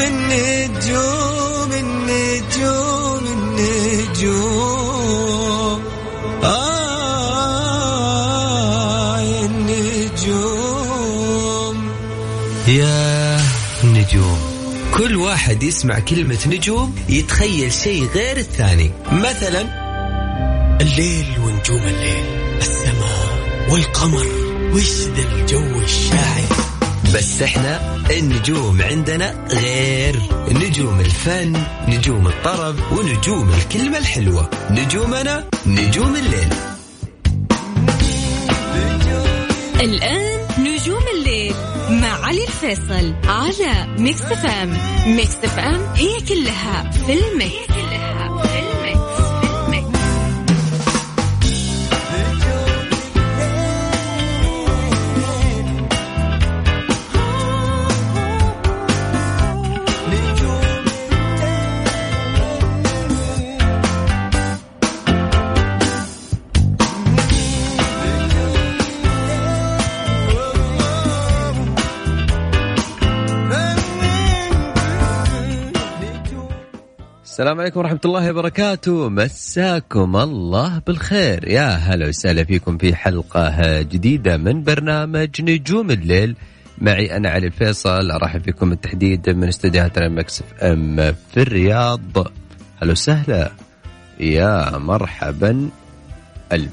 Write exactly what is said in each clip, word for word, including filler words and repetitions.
النجوم النجوم النجوم آه يا النجوم يا النجوم. كل واحد يسمع كلمة نجوم يتخيل شيء غير الثاني. مثلا الليل ونجوم الليل، السماء والقمر، وش ذا الجو الشاعر. بس احنا النجوم عندنا غير. نجوم الفن، نجوم الطرب، ونجوم الكلمة الحلوة. نجومنا نجوم الليل. الآن نجوم الليل مع علي الفيصل على ميكس اف ام. ميكس اف ام هي كلها في الميكس. السلام عليكم ورحمة الله وبركاته. مساكم الله بالخير. يا هلا وسهلا فيكم في حلقة جديدة من برنامج نجوم الليل. معي أنا علي الفيصل. أرحب بكم بالتحديد من استديوهاتنا ميكس اف ام في الرياض. هلا وسهلا، يا مرحبا ألف.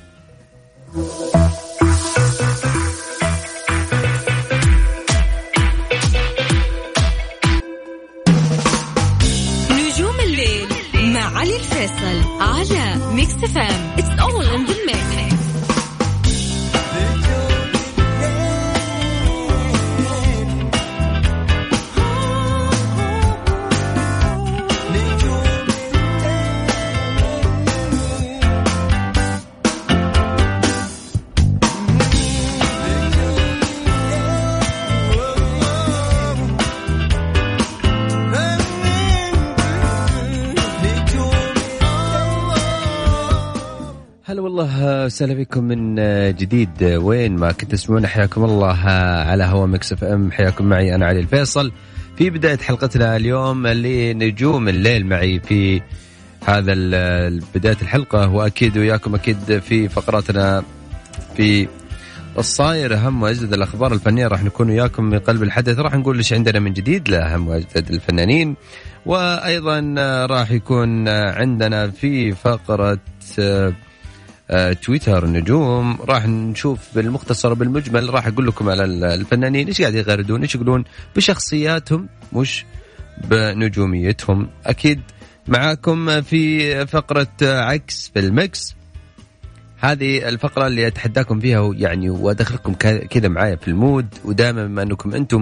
علي الفيصل على ميكس اف ام. It's all in the mix. والله وسهلا بكم من جديد وين ما كنت تسمعون. حياكم الله على هوا ميكس اف ام. حياكم معي أنا علي الفيصل في بداية حلقتنا اليوم لنجوم الليل. معي في هذا بداية الحلقة، وأكيد وياكم أكيد في فقراتنا في الصاير أهم وأجدد الأخبار الفنية. راح نكون وياكم من قلب الحدث. راح نقول ليش عندنا من جديد لأهم وأجدد الفنانين، وأيضا راح يكون عندنا في فقرة تويتر نجوم. راح نشوف بالمختصر بالمجمل. راح أقول لكم على الفنانين إيش قاعد يغردون، إيش يقولون بشخصياتهم مش بنجوميتهم. أكيد معاكم في فقرة عكس في المكس. هذه الفقرة اللي أتحداكم فيها يعني وأدخلكم كذا معايا في المود. ودائما ما أنكم أنتم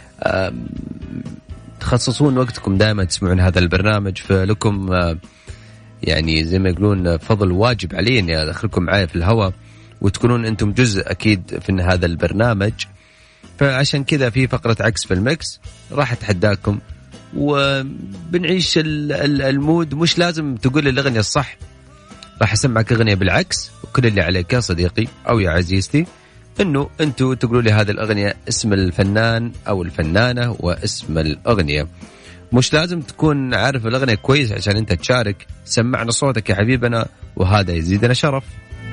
تخصصون وقتكم دائما تسمعون هذا البرنامج، فلكم يعني زي ما يقولون فضل واجب علي اني ادخلكم معايا في الهواء وتكونون انتم جزء اكيد في هذا البرنامج. فعشان كذا في فقرة عكس في المكس راح اتحداكم وبنعيش المود. مش لازم تقول الاغنية الصح، راح اسمعك اغنية بالعكس، وكل اللي عليك يا صديقي او يا عزيزتي انه انتوا تقولوا لي هذه الاغنية اسم الفنان او الفنانة واسم الاغنية. مش لازم تكون عارف الأغنية كويس عشان أنت تشارك. سمعنا صوتك يا حبيبنا وهذا يزيدنا شرف.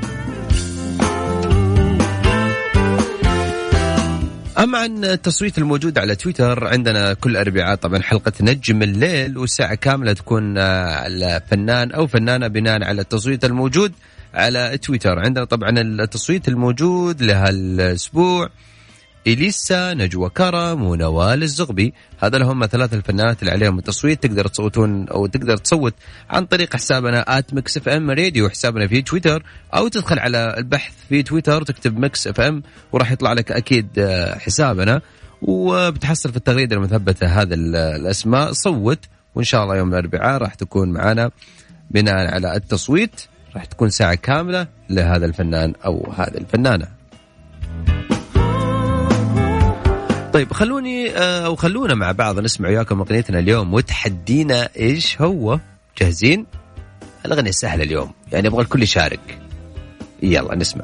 أما عن التصويت الموجود على تويتر، عندنا كل أربعاء طبعا حلقة نجم الليل، والساعة كاملة تكون على فنان أو فنانة بناء على التصويت الموجود على تويتر. عندنا طبعا التصويت الموجود لهالأسبوع إليسا، نجوى كرم، ونوال الزغبي. هذا لهم ثلاث الفنانات اللي عليهم التصويت. تقدر تصوتون أو تقدر تصوت عن طريق حسابنا آت ميكس اف ام راديو، حسابنا في تويتر، أو تدخل على البحث في تويتر تكتب ميكس اف ام وراح يطلع لك أكيد حسابنا، وبتحصل في التغريدة المثبتة هذا الأسماء. صوت وإن شاء الله يوم الأربعاء راح تكون معنا بناء على التصويت. راح تكون ساعة كاملة لهذا الفنان أو هذه الفنانة. طيب خلوني أو خلونا مع بعض نسمع وياكم أغنيتنا اليوم وتحدينا إيش هو. جاهزين؟ الأغنية سهلة اليوم، يعني أبغى الكل يشارك. يلا نسمع.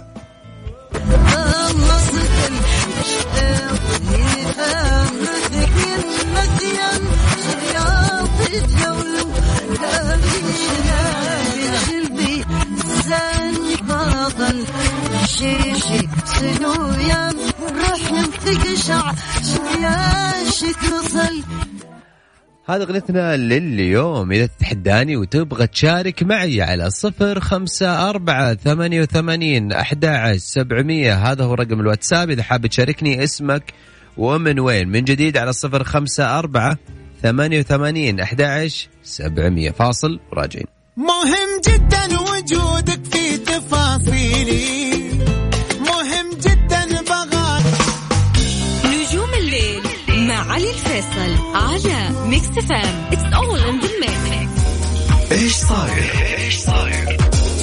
شيشي سنويا نروح ننتقشع شويا شي تصل. هذا أغنيتنا لليوم. إذا تتحداني وتبغى تشارك معي على صفر خمسة أربعة ثمانية وثمانين أحد عشر سبعمية، هذا هو رقم الواتساب. إذا حاب تشاركني اسمك ومن وين من جديد على صفر خمسة أربعة ثمانية وثمانين أحد عشر سبعمية. فاصل وراجعين. مهم جدا وجودك في تفاصيلي، مهم جدا بغاك. نجوم الليل مع علي الفيصل على ميكس فام. It's all in the mix. إيش صاير؟ إيش صاير؟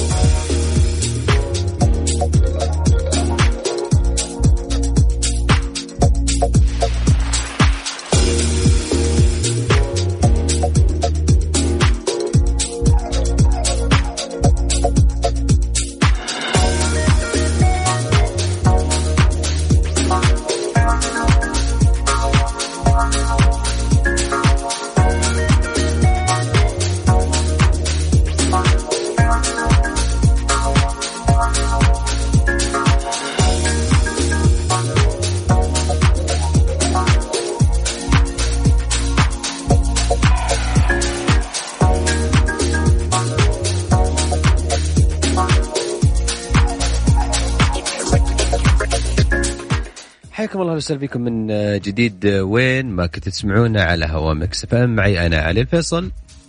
حياكم الله وسهلا بكم من جديد. وين ما كنتوا تسمعونا على هوا ميكس اف ام، معي أنا علي الفيصل.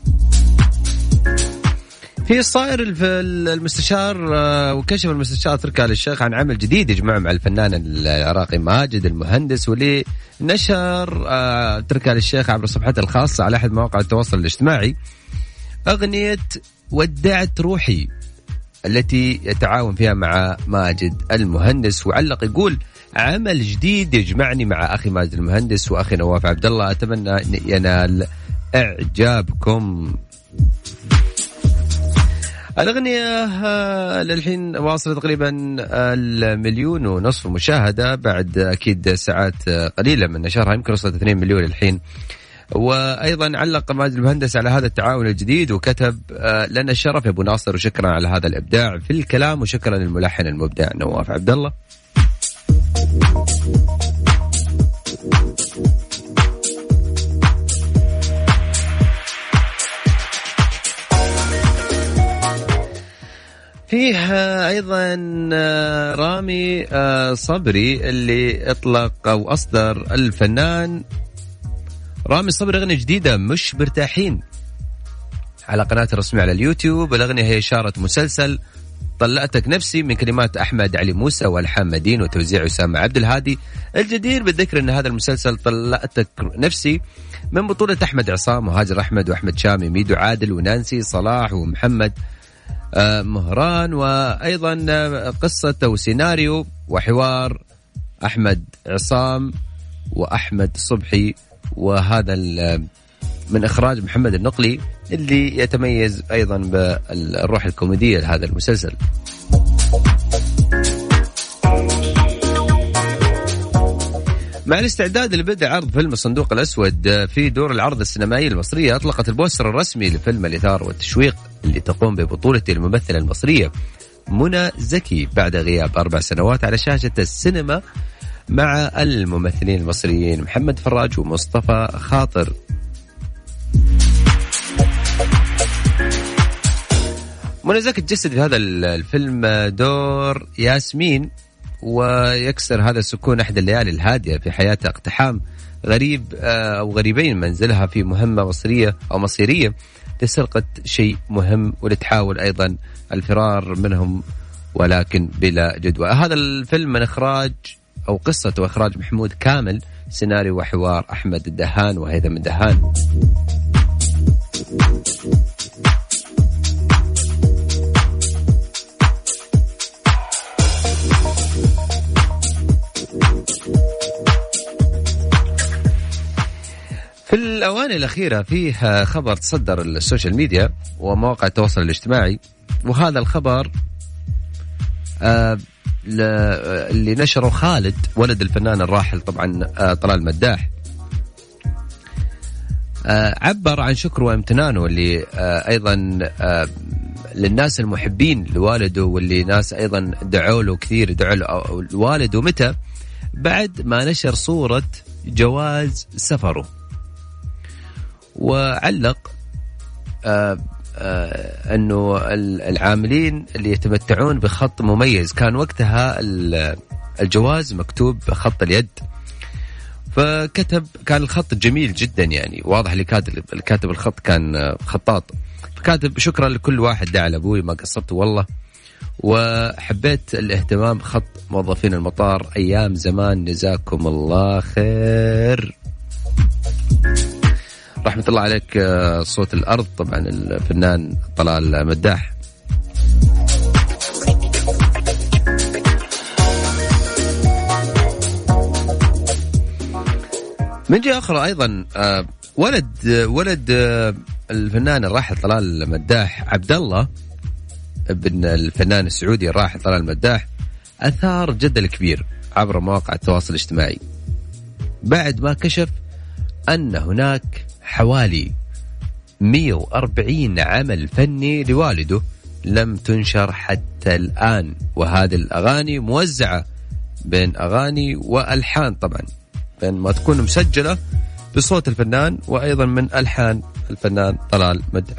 في صاير المستشار وكشف المستشار تركي آل الشيخ عن عمل جديد يا جماعة مع الفنان العراقي ماجد المهندس، واللي نشر تركي آل الشيخ عبر صفحته الخاصة على أحد مواقع التواصل الاجتماعي أغنية ودعت روحي التي يتعاون فيها مع ماجد المهندس، وعلق يقول: عمل جديد يجمعني مع أخي ماجد المهندس وأخي نواف عبد الله، أتمنى أن ينال إعجابكم. الأغنية للحين واصلة تقريبا المليون ونصف مشاهدة بعد أكيد ساعات قليلة من نشرها، يمكن وصلت اثنين مليون الحين. وأيضا علق ماجد المهندس على هذا التعاون الجديد وكتب: لنا الشرف يا أبو ناصر، وشكرا على هذا الإبداع في الكلام، وشكرا للملحن المبدع نواف عبد الله. فيه أيضا رامي صبري اللي اطلق أو أصدر الفنان رامي صبري أغنية جديدة مش مرتاحين على قناته الرسمية على اليوتيوب. الأغنية هي إشارة مسلسل طلعتك نفسي من كلمات أحمد علي موسى والحان مدين وتوزيع أسامة عبد الهادي. الجدير بالذكر أن هذا المسلسل طلعتك نفسي من بطولة أحمد عصام وهاجر أحمد وأحمد شامي ميدو عادل ونانسي صلاح ومحمد مهران، وأيضا قصة وسيناريو وحوار أحمد عصام وأحمد صبحي، وهذا من إخراج محمد النقلي اللي يتميز أيضا بالروح الكوميدية لهذا المسلسل. مع الاستعداد لبدء عرض فيلم الصندوق الأسود في دور العرض السينمائي المصرية، أطلقت البوستر الرسمي لفيلم الإثارة والتشويق اللي تقوم ببطولة الممثلة المصرية منى زكي بعد غياب أربع سنوات على شاشة السينما مع الممثلين المصريين محمد فراج ومصطفى خاطر. منى زكي تجسد في هذا الفيلم دور ياسمين، ويكسر هذا السكون أحد الليالي الهادئة في حياتها اقتحام غريب أو غريبين منزلها في مهمة مصرية أو مصيرية لسرقة شيء مهم، ولتحاول أيضا الفرار منهم ولكن بلا جدوى. هذا الفيلم من إخراج أو قصة وإخراج محمود كامل، سيناريو وحوار أحمد الدهان وهيثم الدهان. في الأواني الأخيرة فيه خبر تصدر السوشيال ميديا ومواقع التواصل الاجتماعي، وهذا الخبر آه اللي نشره خالد ولد الفنان الراحل طبعا آه طلال مداح. آه عبر عن شكره وامتنانه اللي آه أيضا آه للناس المحبين لوالده واللي ناس أيضا دعوا له كثير، دعوا له والده متى؟ بعد ما نشر صورة جواز سفره، وعلق آه آه أنه العاملين اللي يتمتعون بخط مميز، كان وقتها الجواز مكتوب بخط اليد، فكتب كان الخط جميل جدا يعني، واضح اللي كاتب الكاتب الخط كان خطاط، فكاتب شكرا لكل واحد دعا لأبوي ما قصرت والله، وحبيت الاهتمام بخط موظفين المطار أيام زمان، جزاكم الله خير. رحمة الله عليك صوت الأرض، طبعا الفنان طلال مداح. من جهة أخرى أيضا ولد ولد الفنان الراحل طلال مداح، عبد الله ابن الفنان السعودي الراحل طلال مداح، أثار جدل كبير عبر مواقع التواصل الاجتماعي بعد ما كشف أن هناك حوالي مئة وأربعين عمل فني لوالده لم تنشر حتى الآن، وهذه الأغاني موزعة بين أغاني وألحان، طبعا بين ما تكون مسجلة بصوت الفنان وأيضا من ألحان الفنان طلال مداح.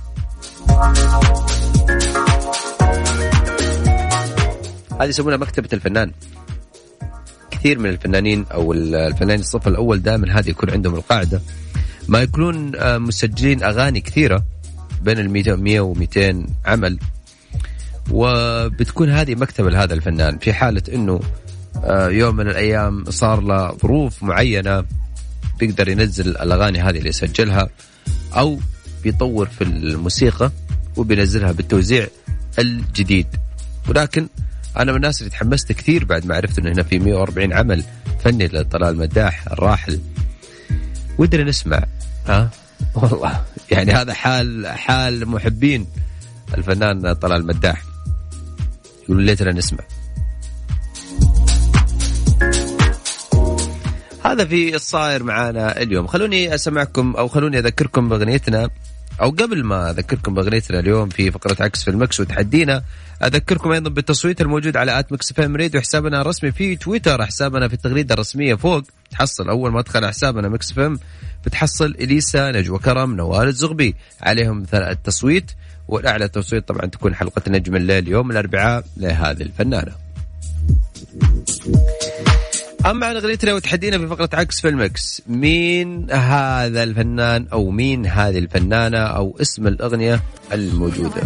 هذه يسمونها مكتبة الفنان. كثير من الفنانين أو الفنانين الصف الأول دائما هذه يكون عندهم القاعدة، ما يكونون مسجلين أغاني كثيرة بين المئة ومئتين عمل، وبتكون هذه مكتبة لهذا الفنان. في حالة أنه يوم من الأيام صار له ظروف معينة بيقدر ينزل الأغاني هذه اللي يسجلها، أو بيطور في الموسيقى وبينزلها بالتوزيع الجديد. ولكن أنا من الناس اللي تحمست كثير بعد ما عرفت أنه هنا في مئة وأربعين عمل فني لطلال مداح الراحل، ودنا نسمع. ها والله يعني هذا حال حال محبين الفنان طلال مداح، يقولوا ليتنا نسمع. هذا في الصاير معانا اليوم. خلوني أسمعكم أو خلوني أذكركم بأغنيتنا، أو قبل ما أذكركم بأغنيتنا اليوم في فقرة عكس في المكس وتحدينا، أذكركم أيضا بالتصويت الموجود على آت ميكس إف إم راديو، حسابنا الرسمي في تويتر، حسابنا في التغريدة الرسمية فوق تحصل أول ما تدخل حسابنا ميكس إف إم بتحصل إليسا، نجوى كرم، نوال الزغبي، عليهم التصويت، والأعلى تصويت طبعا تكون حلقة نجم الليل يوم الأربعاء لهذه الفنانة. أما عن أغنيتنا وتحدينا في فقرة عكس في المكس، مين هذا الفنان أو مين هذه الفنانة أو اسم الأغنية الموجودة؟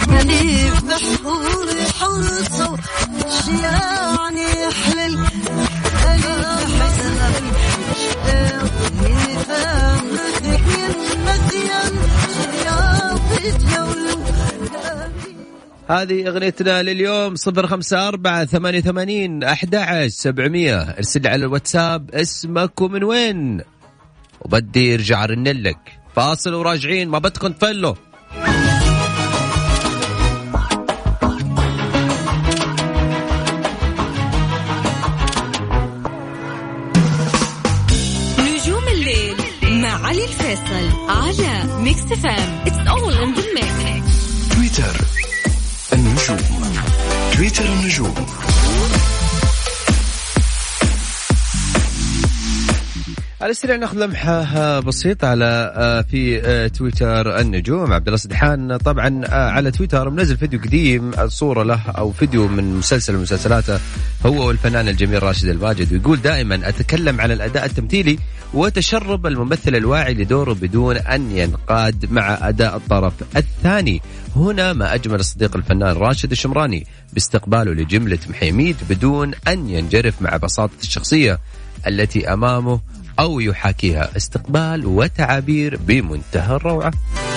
هذه أغنيتنا لليوم. صفر خمسة أربعة ثمانية ثمانين أحد عشر سبعمية. ارسل على الواتساب اسمك ومن وين، وبدي يرجع رنلك. فاصل وراجعين، ما بدكم تفلوا. نجوم الليل مع علي الفيصل على ميكس إف إم. It's all in the mix. تويتر النجوم، تويتر النجوم. على السريع ناخذ لمحة بسيطة على في تويتر النجوم. عبد الله سدحان طبعا على تويتر منزل فيديو قديم، صورة له أو فيديو من مسلسل من مسلسلاته هو والفنان الجميل راشد الماجد، ويقول دائما أتكلم عن الأداء التمثيلي وتشرب الممثل الواعي لدوره بدون أن ينقاد مع أداء الطرف الثاني. هنا ما أجمل الصديق الفنان راشد الشمراني باستقباله لجملة محيميد بدون أن ينجرف مع بساطة الشخصية التي أمامه أو يحاكيها، استقبال وتعابير بمنتهى الروعة.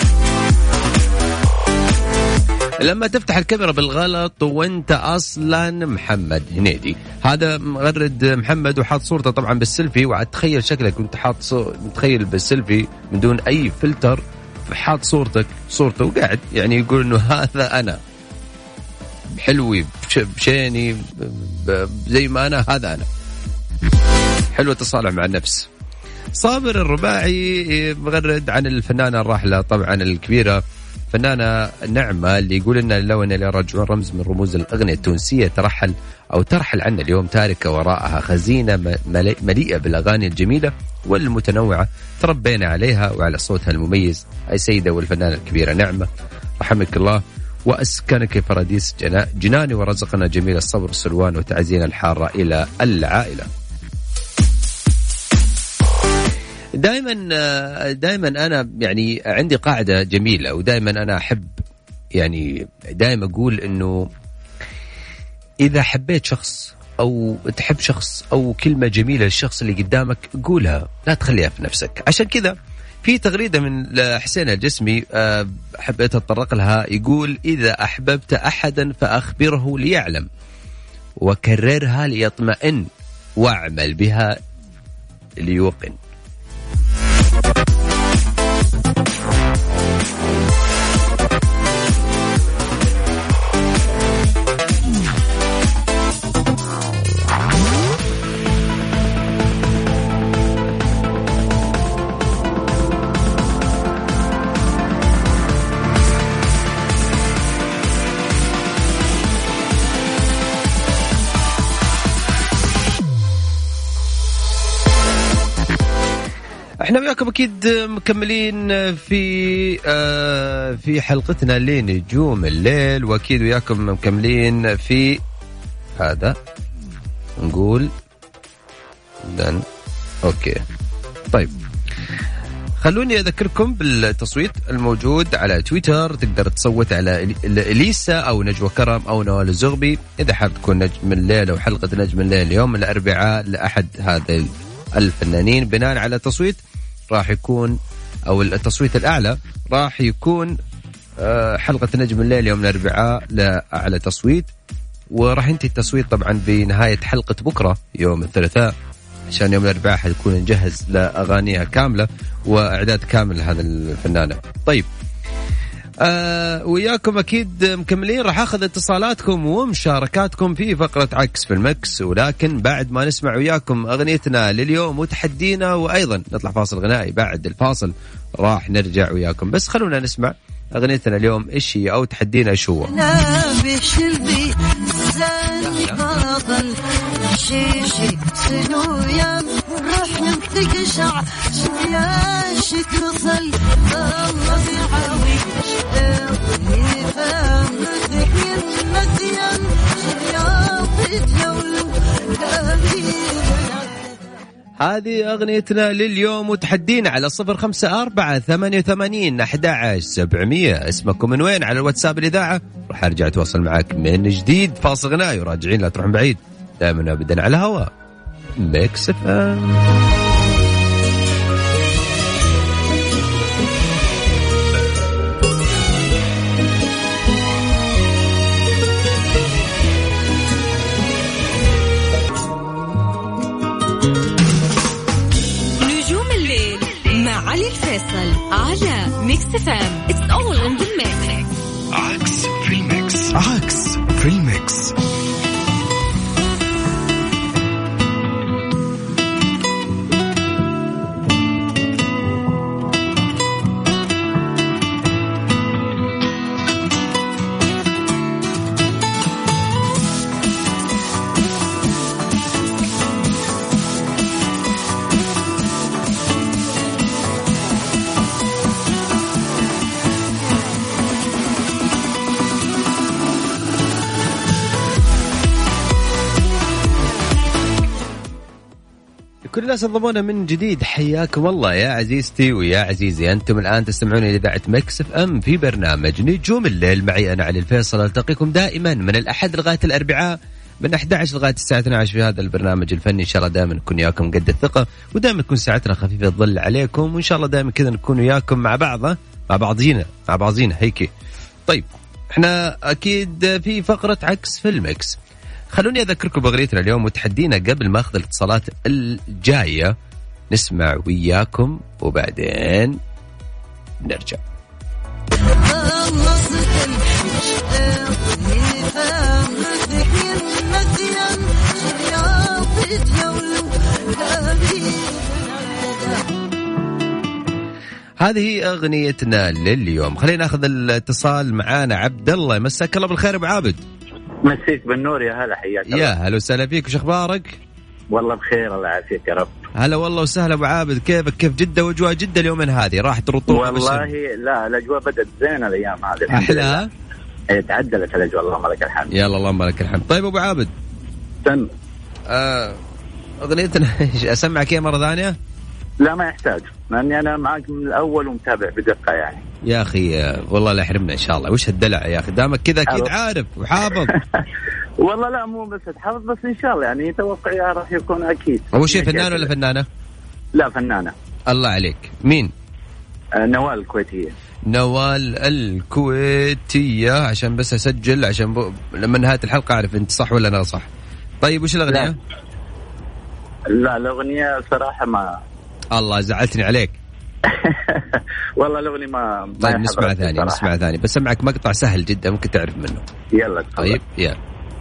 لما تفتح الكاميرا بالغلط وانت أصلا محمد هنيدي، هذا مغرد محمد وحاط صورته طبعا بالسيلفي، وعاد تخيل شكلك وانت حاط صو... متخيل بالسيلفي من دون أي فلتر، حاط صورتك صورته وقاعد يعني يقول إنه هذا أنا حلوي بشيني زي ما أنا، هذا أنا. حلو التصالح مع النفس. صابر الرباعي مغرد عن الفنانة الراحلة طبعا الكبيرة فنانة نعمة اللي يقول لنا لو أن يرجعون رمز من رموز الأغنية التونسية ترحل أو ترحل عنا اليوم، تاركة وراءها خزينة مليئة بالأغاني الجميلة والمتنوعة تربينا عليها وعلى صوتها المميز. أي سيدة والفنانة الكبيرة نعمة، رحمك الله وأسكنك في فراديس جناني ورزقنا جميل الصبر والسلوان وتعزينا الحارة إلى العائلة. دائما دائما أنا يعني عندي قاعدة جميلة، ودائما أنا أحب يعني دائما أقول إنه إذا حبيت شخص أو تحب شخص أو كلمة جميلة للشخص اللي قدامك قولها، لا تخليها في نفسك. عشان كذا في تغريدة من حسين الجسمي حبيت أتطرق لها، يقول إذا أحببت أحدا فأخبره ليعلم وكررها ليطمئن واعمل بها ليوقن. احنا وياكم اكيد مكملين في آه في حلقتنا لنجوم الليل، واكيد وياكم مكملين في هذا نقول دن. اوكي طيب خلوني اذكركم بالتصويت الموجود على تويتر. تقدر تصوت على اليسا او نجوى كرم او نوال الزغبي اذا حاب تكون نجم الليل او حلقه نجم الليل اليوم الاربعاء لاحد هذا الفنانين. بناء على تصويت راح يكون أو التصويت الأعلى راح يكون حلقة نجم الليل يوم الأربعاء لأعلى تصويت، وراح ينتهي التصويت طبعا بنهاية حلقة بكرة يوم الثلاثاء، عشان يوم الأربعاء حيكون نجهز لأغانيها كاملة وإعداد كامل لهذا الفنانة. طيب آه وياكم أكيد مكملين، راح أخذ اتصالاتكم ومشاركاتكم في فقرة عكس في المكس، ولكن بعد ما نسمع وياكم أغنيتنا لليوم وتحدينا، وأيضا نطلع فاصل غنائي. بعد الفاصل راح نرجع وياكم، بس خلونا نسمع أغنيتنا اليوم إيش هي أو تحدينا إيش هو. هذه أغنيتنا لليوم وتحدينا على صفر خمسة أربعة ثمانية وثمانين أحد عشر سبعمية. اسمكم من وين على الواتساب الإذاعة، راح أرجع أتواصل معك من جديد. فاصل غنائي وراجعين، لا تروحون بعيد، دائما أبدا على هوا ميكس اف ام. علي الفيصل على ميكس اف ام. It's all in the mix. عكس في الميكس. عكس في الميكس. كل الناس انضمونا من جديد، حياكم الله يا عزيزتي ويا عزيزي. أنتم الآن تستمعون إلى إذاعة ميكس اف ام في برنامج نجوم الليل، معي أنا علي الفيصل. ألتقيكم دائما من الأحد لغاية الأربعاء من أحد عشر لغاية الساعة اثنتي عشرة في هذا البرنامج الفني. إن شاء الله دائما نكون وياكم قد الثقة، ودائما تكون ساعتنا خفيفة الظل عليكم، وإن شاء الله دائما كذا نكون وياكم مع بعض مع بعضينا مع بعضينا هيك. طيب احنا أكيد في فقرة عكس في الميكس. خلوني أذكركم بأغنيتنا اليوم وتحدينا قبل ما أخذ الاتصالات الجاية. نسمع وياكم وبعدين نرجع. هذه أغنيتنا لليوم. خلينا ناخذ الاتصال معانا. عبد الله، مساك الله بالخير أبو عابد. مسيك بالنور يا هلا، حياك الله. يا هلا وسهلا فيك، وش أخبارك؟ والله بخير الله يعافيك يا رب. هلا والله وسهلا أبو عابد، كيفك؟ كيف جدة وأجواء جدة اليومين هذه؟ راحت الرطوبة والله لا الأجواء بدأت زينة الأيام هذه. أحلى؟ تعدلت الأجواء اللهم لك الحمد. يلا اللهم لك الحمد. طيب أبو عابد، سن آه أغنيتنا أسمعك إيه مرة ثانية؟ لا ما يحتاج، لأني أنا معك من الأول ومتابع بدقة يعني. يا أخي والله لا يحرمنا إن شاء الله. وش هالدلع يا أخي، دامك كذا أكيد عارف وحافظ. والله لا مو بس حافظ، بس إن شاء الله يعني توقعي راح يكون أكيد. أول شيء فنان ولا فنانة؟ لا فنانة. الله عليك. مين؟ آه نوال الكويتية. نوال الكويتية، عشان بس أسجل عشان ب... لما نهاية الحلقة أعرف أنت صح ولا أنا صح. طيب وش الأغنية؟ لا, لا الأغنية صراحة ما. الله زعلتني عليك. والله الأغنية ما. طيب نسمع ثاني نسمع ثاني بس سمعك مقطع سهل جدا ممكن تعرف منه. يلا طيب يلا.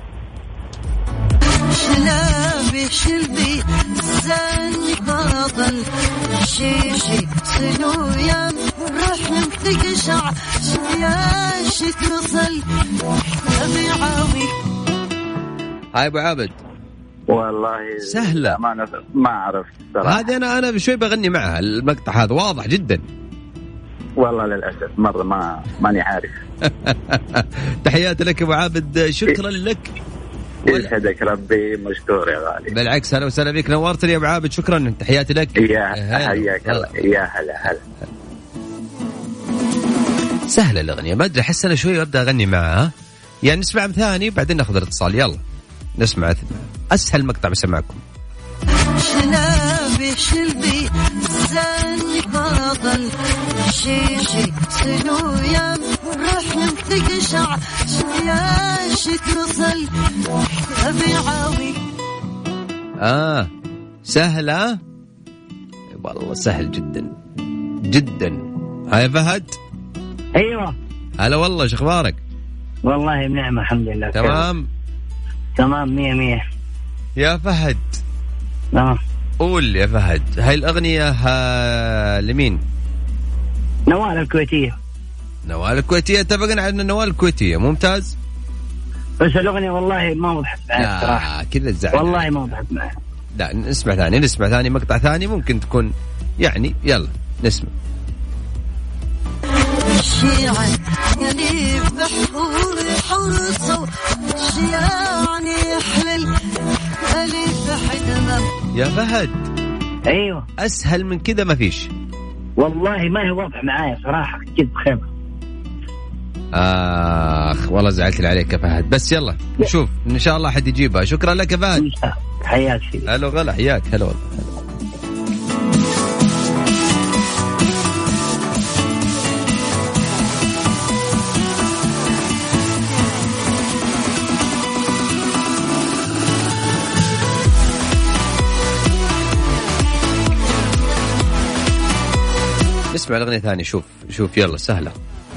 شلابي شلبي زاني باطل شيشي سنويا روح نمتك شع شياشي تصل أبي عاوي. هاي أبو عابد والله سهلة، ما ما أعرف صراحة. هذه أنا أنا بشوي بغني معها. المقطع هذا واضح جدا. والله للأسف مرة ما ماني عارف. تحياتي لك أبو عابد، شكرا لك. يسعدك ربي، مشكور يا غالي. بالعكس هلا وسهلا بك، نورتني يا ابو عابد، شكرا. تحياتي لك. يا حياك الله. يا هلا هلا. سهله الاغنيه، ما ادري احس انا شوي ابدا اغني معها يعني. نسمع ثاني بعدين ناخذ الاتصال. يلا نسمع اسهل مقطع بسمعكم. شلابي شلبي زاني باطل شيشي سنويا روح نمتك شع شياشي تصل أبي عاوي. آه سهلة والله، سهل جدا جدا. هاي فهد. أيوة هلا والله، شو أخبارك؟ والله بنعمة الحمد لله. تمام تمام مية مية. يا فهد تمام. قول يا فهد، هاي الأغنية ها لمين؟ نوال الكويتية. نوال الكويتية، اتفقنا على نوال الكويتية. ممتاز. بس الأغنية والله ما وضحت معي صراحة. كذا الزعل والله ما وضحت معي. لا نسمع ثاني نسمع ثاني مقطع ثاني ممكن تكون يعني. يلا نسمع. شيعا يلي بحور حرصه شيعني يحلل ألف حدمه. يا فهد أيوة أسهل من كذا ما فيش. والله ما هي واضح معايا صراحة، كذب خيبة. آخ والله زعلت عليك يا فهد، بس يلا نشوف إن شاء الله حد يجيبها. شكرا لك يا فهد. حياك فيك. هلا غلا، حياك. هلا والله. نسمع الأغنية ثانية. شوف شوف يلا سهلة.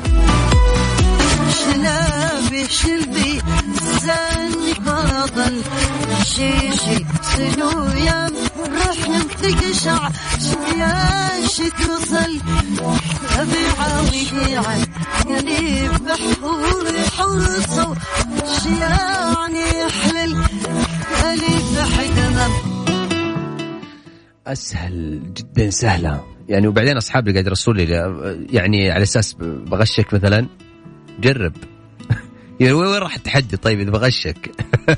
شلابي شلبي زاني باطل شيشي سنويا روح نمتك شع شياشي تصل أبي عاوي عن يلي بحور حرصه شيعني يحلل ألف حدمه. أسهل جدا، سهلة يعني. وبعدين أصحابي قاعد يرسلوا لي يعني على أساس بغشك مثلا. جرب يعني وين راح التحدي؟ طيب إذا بغشك.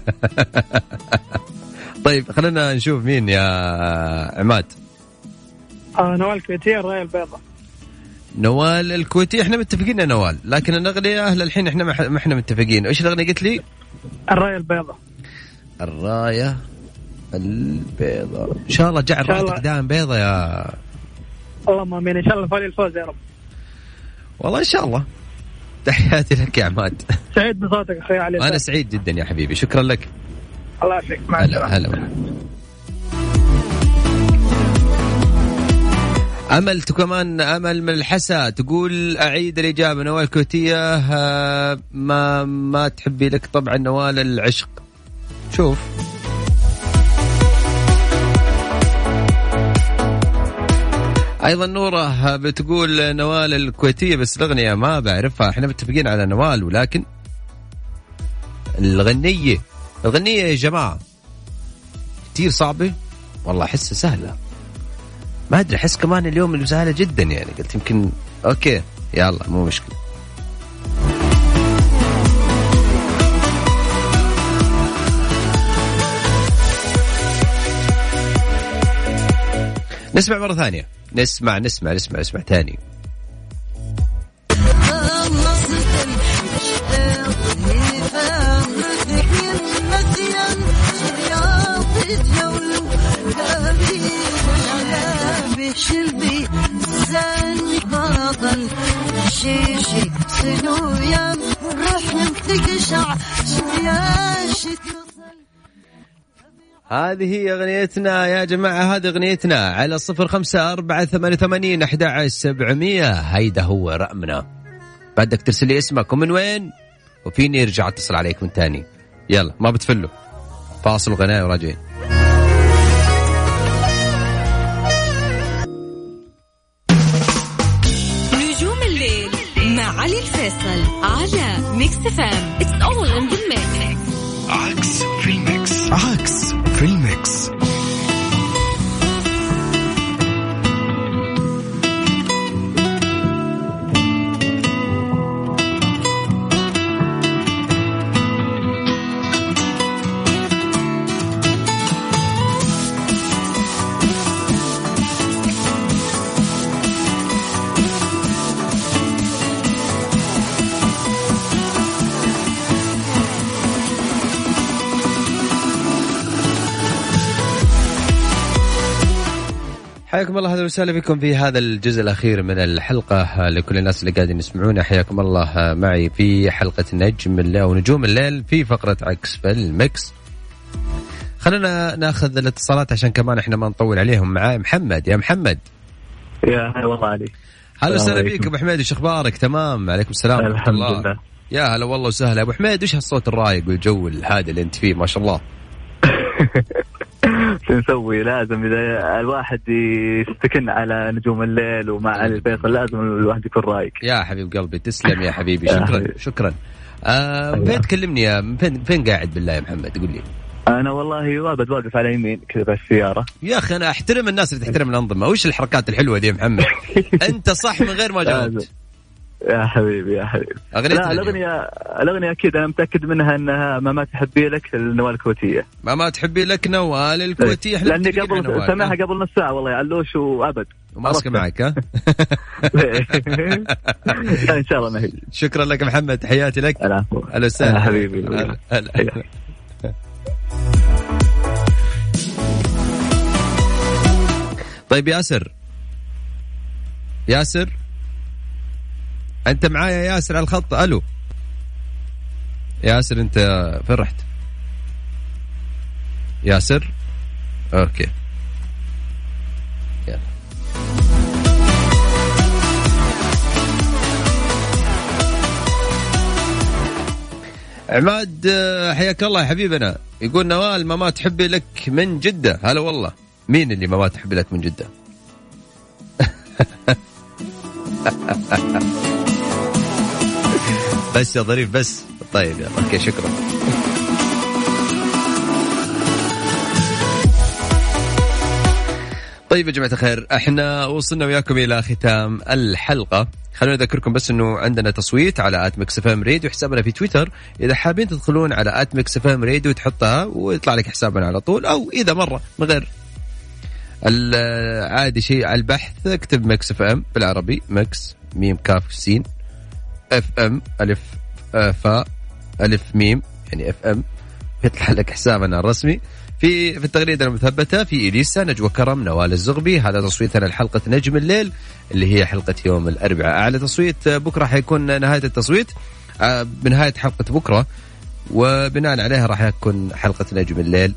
طيب خلينا نشوف مين يا عماد. آه نوال الكويتية الراية البيضاء. نوال الكويتية احنا متفقين يا نوال، لكن الأغنية أهل الحين احنا ما احنا متفقين. ايش الأغنية قلت لي؟ الراية البيضاء. الراية البيضاء. إن شاء الله جعل رايتك دائما بيضة يا. اللهم امين، ان شاء الله فالي الفوز يا رب. والله ان شاء الله. تحياتي لك يا عماد. سعيد بصوتك اخوي علي. انا سعيد جدا يا حبيبي، شكرا لك. الله يعافيك. مع السلامه. هلا. امل كمان امل من الحسا تقول اعيد الاجابه. نوال الكويتيه ما ما تحبي لك طبعا نوال العشق. شوف أيضا نورة بتقول نوال الكويتية، بس الأغنية ما بعرفها. إحنا متفقين على نوال، ولكن الغنية الغنية يا جماعة كتير صعبة والله. أحسها سهلة، ما أدري، أحس كمان اليوم اللي سهلة جدا يعني. قلت يمكن أوكي يلا مو مشكلة. نسمع مرة ثانية، نسمع نسمع نسمع نسمع تاني. هذه هي أغنيتنا يا جماعة، هذه أغنيتنا على صفر خمسة أربعة ثمانية ثمانين أحد عشر سبعمية. هيدا هو رقمنا. بدك ترسلي اسمك ومن وين، وفيني ارجع اتصل عليك من تاني. يلا ما بتفلوا، فاصل غناء وراجعين. نجوم الليل مع علي الفيصل على ميكس اف ام. It's all in the mix. عكس في الميكس. عكس في الميكس. حياكم الله، هذا وسهلا بكم في هذا الجزء الأخير من الحلقة. لكل الناس اللي قاعدين يسمعونا حياكم الله معي في حلقة نجم الليل ونجوم الليل في فقرة عكس في الميكس. خلينا ناخذ الاتصالات عشان كمان احنا ما نطول عليهم. معاي محمد. يا محمد. يا هلا والله علي. هلا وسهلا بك ابو حميد، وش اخبارك؟ تمام. عليكم السلام ورحمة الله. لله. يا هلا والله وسهلا ابو حميد. وش هالصوت الرايق والجو الهادئ اللي انت فيه ما شاء الله؟ نسوي لازم إذا الواحد يستكن على نجوم الليل ومع علي الفيصل لازم الواحد يكون رايق. يا حبيب قلبي تسلم يا حبيبي. شكرا شكرا. آه فين تكلمني يا فين فين قاعد بالله يا محمد؟ قول لي. أنا والله وابد واقف على يمين كذا بالسيارة. يا أخي أنا أحترم الناس اللي تحترم الأنظمة. وش الحركات الحلوة دي يا محمد؟ أنت صح من غير ما جاوبت. يا حبيبي يا حبيبي. لا الأغنية الأغنية أكيد أنا متأكد منها أنها ما ما تحبي لك النوال الكويتية. ما ما تحبي لك نوال الكويتية. إحنا لأني قبل سمعها قبل نص ساعة والله علوش وأبد. وماسكة معك ها؟ إن شاء الله ما هي. شكرا لك محمد، تحياتي لك. أهلا وسهلا حبيبي. هلا. طيب ياسر، ياسر أنت معايا ياسر على الخط؟ ألو ياسر، أنت فين رحت؟ ياسر أوكي يلا. عماد حياك الله يا حبيبنا، يقول نوال ما ما تحبي لك من جدة. هلا والله. مين اللي ما ما تحبي لك من جدة؟ بس يا ظريف بس. طيب يلا اوكي شكرا. طيب يا جماعة الخير، احنا وصلنا وياكم الى ختام الحلقة. خلونا نذكركم بس انه عندنا تصويت على آت ميكس اف ام راديو، حسابنا في تويتر. اذا حابين تدخلون على آت ميكس اف ام راديو تحطها ويطلع لك حسابنا على طول، او اذا مرة من غير العادي شيء على البحث اكتب ميكس اف ام بالعربي، ميكس ميم كاف سين اف ام الف فاء الف ميم يعني اف ام، يطلع لك حسابنا الرسمي. في في التغريدة المثبتة في إليسا، نجوى كرم، نوال الزغبي. هذا تصويتنا لحلقة نجم الليل اللي هي حلقة يوم الأربعاء. أعلى تصويت بكرة حيكون نهاية التصويت بنهاية حلقة بكرة، وبناء عليها راح يكون حلقة نجم الليل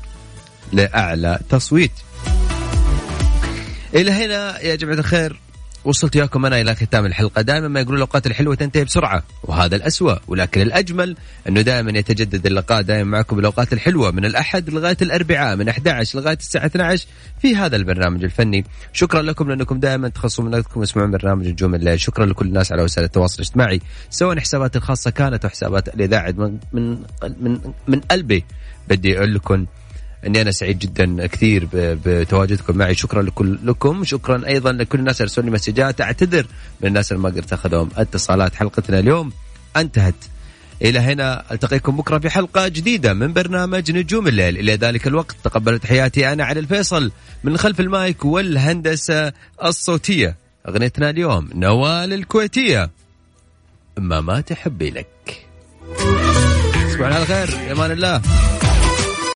لأعلى تصويت. إلى هنا يا جماعة الخير وصلت وياكم أنا إلى ختام الحلقة. دائما ما يقولون الأوقات الحلوة تنتهي بسرعة، وهذا الأسوأ، ولكن الأجمل أنه دائما يتجدد اللقاء دائما معكم بالأوقات الحلوة من الأحد لغاية الأربعاء من أحد عشر لغاية الساعة اثنتي عشرة في هذا البرنامج الفني. شكرا لكم لأنكم دائما تخصصوا من وقتكم تسمعون برنامج نجوم الليل. شكرا لكل الناس على وسائل التواصل الاجتماعي سواء حسابات الخاصة كانت وحسابات الإذاعة. من من من, من قلبي بدي أقول لكم أني أنا سعيد جدا كثير بتواجدكم معي. شكرا لكل لكم. شكرا أيضا لكل الناس أرسلوا لي مسجات. أعتذر من الناس اللي ما قدرت أخذهم اتصالات. حلقتنا اليوم انتهت. إلى هنا ألتقيكم بكرة في حلقة جديدة من برنامج نجوم الليل. إلى ذلك الوقت تقبلوا تحياتي أنا علي الفيصل من خلف المايك والهندسة الصوتية. أغنيتنا اليوم نوال الكويتية ما ما تحبي لك. تصبحون على خير. يا أمان الله.